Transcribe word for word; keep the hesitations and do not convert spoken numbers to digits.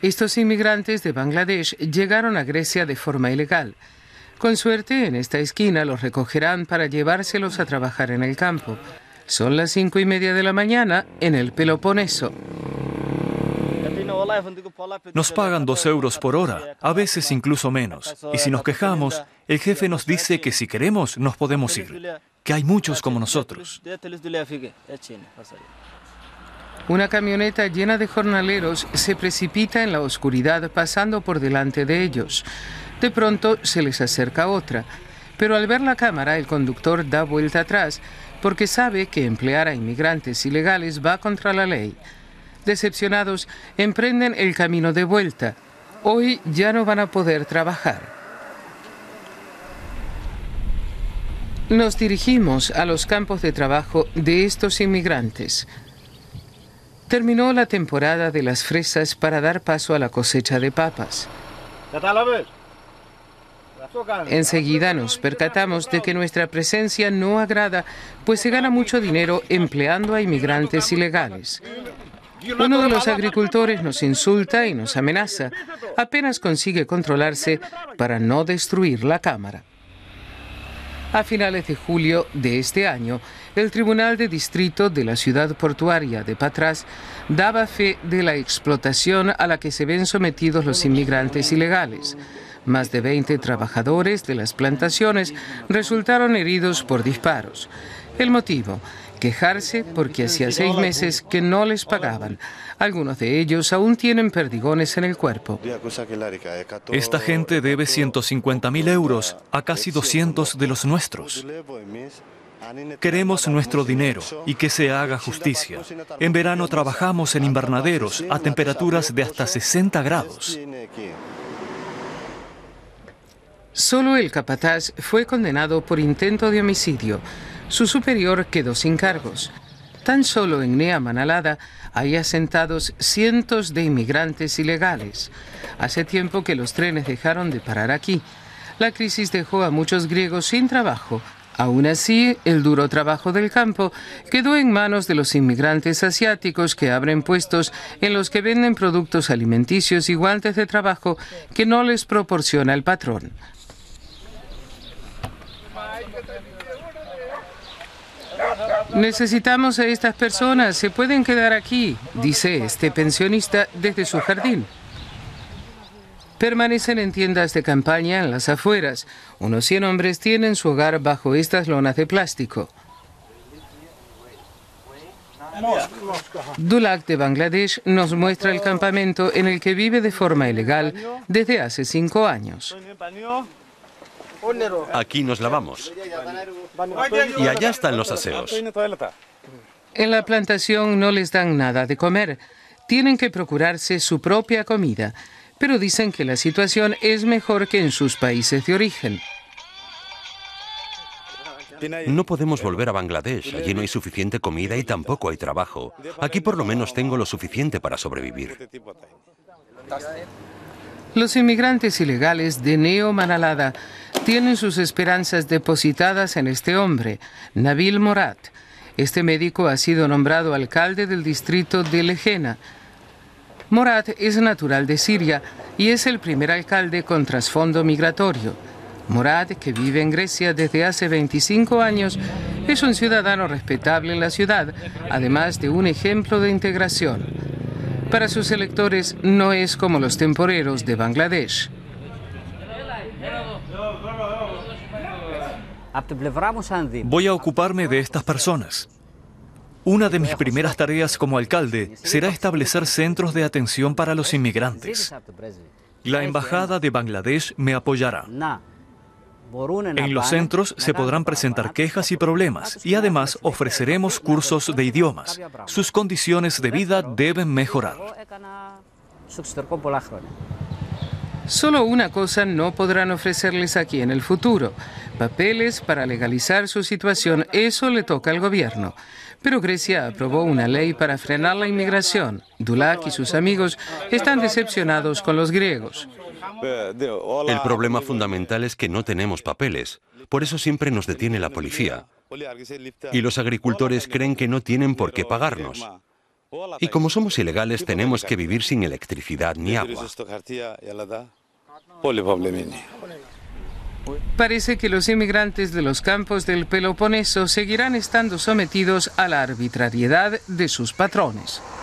Estos inmigrantes de Bangladesh llegaron a Grecia de forma ilegal. Con suerte, en esta esquina los recogerán para llevárselos a trabajar en el campo. Son las cinco y media de la mañana en el Peloponeso. Nos pagan dos euros por hora, a veces incluso menos. Y si nos quejamos, el jefe nos dice que si queremos nos podemos ir, que hay muchos como nosotros. Una camioneta llena de jornaleros se precipita en la oscuridad pasando por delante de ellos. De pronto se les acerca otra, pero al ver la cámara el conductor da vuelta atrás porque sabe que emplear a inmigrantes ilegales va contra la ley. Decepcionados, emprenden el camino de vuelta. Hoy ya no van a poder trabajar. Nos dirigimos a los campos de trabajo de estos inmigrantes. Terminó la temporada de las fresas para dar paso a la cosecha de papas. Enseguida nos percatamos de que nuestra presencia no agrada, pues se gana mucho dinero empleando a inmigrantes ilegales. Uno de los agricultores nos insulta y nos amenaza. Apenas consigue controlarse para no destruir la cámara. A finales de julio de este año, el Tribunal de Distrito de la ciudad portuaria de Patras daba fe de la explotación a la que se ven sometidos los inmigrantes ilegales. Más de veinte trabajadores de las plantaciones resultaron heridos por disparos. El motivo: quejarse porque hacía seis meses que no les pagaban. Algunos de ellos aún tienen perdigones en el cuerpo. Esta gente debe ciento cincuenta mil euros a casi doscientos de los nuestros. Queremos nuestro dinero y que se haga justicia. En verano trabajamos en invernaderos a temperaturas de hasta sesenta grados. Solo el capataz fue condenado por intento de homicidio. Su superior quedó sin cargos. Tan solo en Nea Manalada hay asentados cientos de inmigrantes ilegales. Hace tiempo que los trenes dejaron de parar aquí. La crisis dejó a muchos griegos sin trabajo. Aún así, el duro trabajo del campo quedó en manos de los inmigrantes asiáticos que abren puestos en los que venden productos alimenticios y guantes de trabajo que no les proporciona el patrón. Necesitamos a estas personas, se pueden quedar aquí, dice este pensionista desde su jardín. Permanecen en tiendas de campaña en las afueras. Unos cien hombres tienen su hogar bajo estas lonas de plástico. Dulak de Bangladesh nos muestra el campamento en el que vive de forma ilegal desde hace cinco años. Aquí nos lavamos. Y allá están los aseos. En la plantación no les dan nada de comer. Tienen que procurarse su propia comida. Pero dicen que la situación es mejor que en sus países de origen. No podemos volver a Bangladesh. Allí no hay suficiente comida y tampoco hay trabajo. Aquí por lo menos tengo lo suficiente para sobrevivir. Los inmigrantes ilegales de Nea Manalada tienen sus esperanzas depositadas en este hombre, Nabil Morat. Este médico ha sido nombrado alcalde del distrito de Lejena. Morat es natural de Siria y es el primer alcalde con trasfondo migratorio. Morat, que vive en Grecia desde hace veinticinco años, es un ciudadano respetable en la ciudad, además de un ejemplo de integración. Para sus electores no es como los temporeros de Bangladesh. Voy a ocuparme de estas personas. Una de mis primeras tareas como alcalde será establecer centros de atención para los inmigrantes. La Embajada de Bangladesh me apoyará. En los centros se podrán presentar quejas y problemas y además ofreceremos cursos de idiomas. Sus condiciones de vida deben mejorar. Solo una cosa no podrán ofrecerles aquí en el futuro: papeles para legalizar su situación. Eso le toca al gobierno. Pero Grecia aprobó una ley para frenar la inmigración. Dulak y sus amigos están decepcionados con los griegos. El problema fundamental es que no tenemos papeles. Por eso siempre nos detiene la policía. Y los agricultores creen que no tienen por qué pagarnos. Y como somos ilegales, tenemos que vivir sin electricidad ni agua. Parece que los inmigrantes de los campos del Peloponeso seguirán estando sometidos a la arbitrariedad de sus patrones.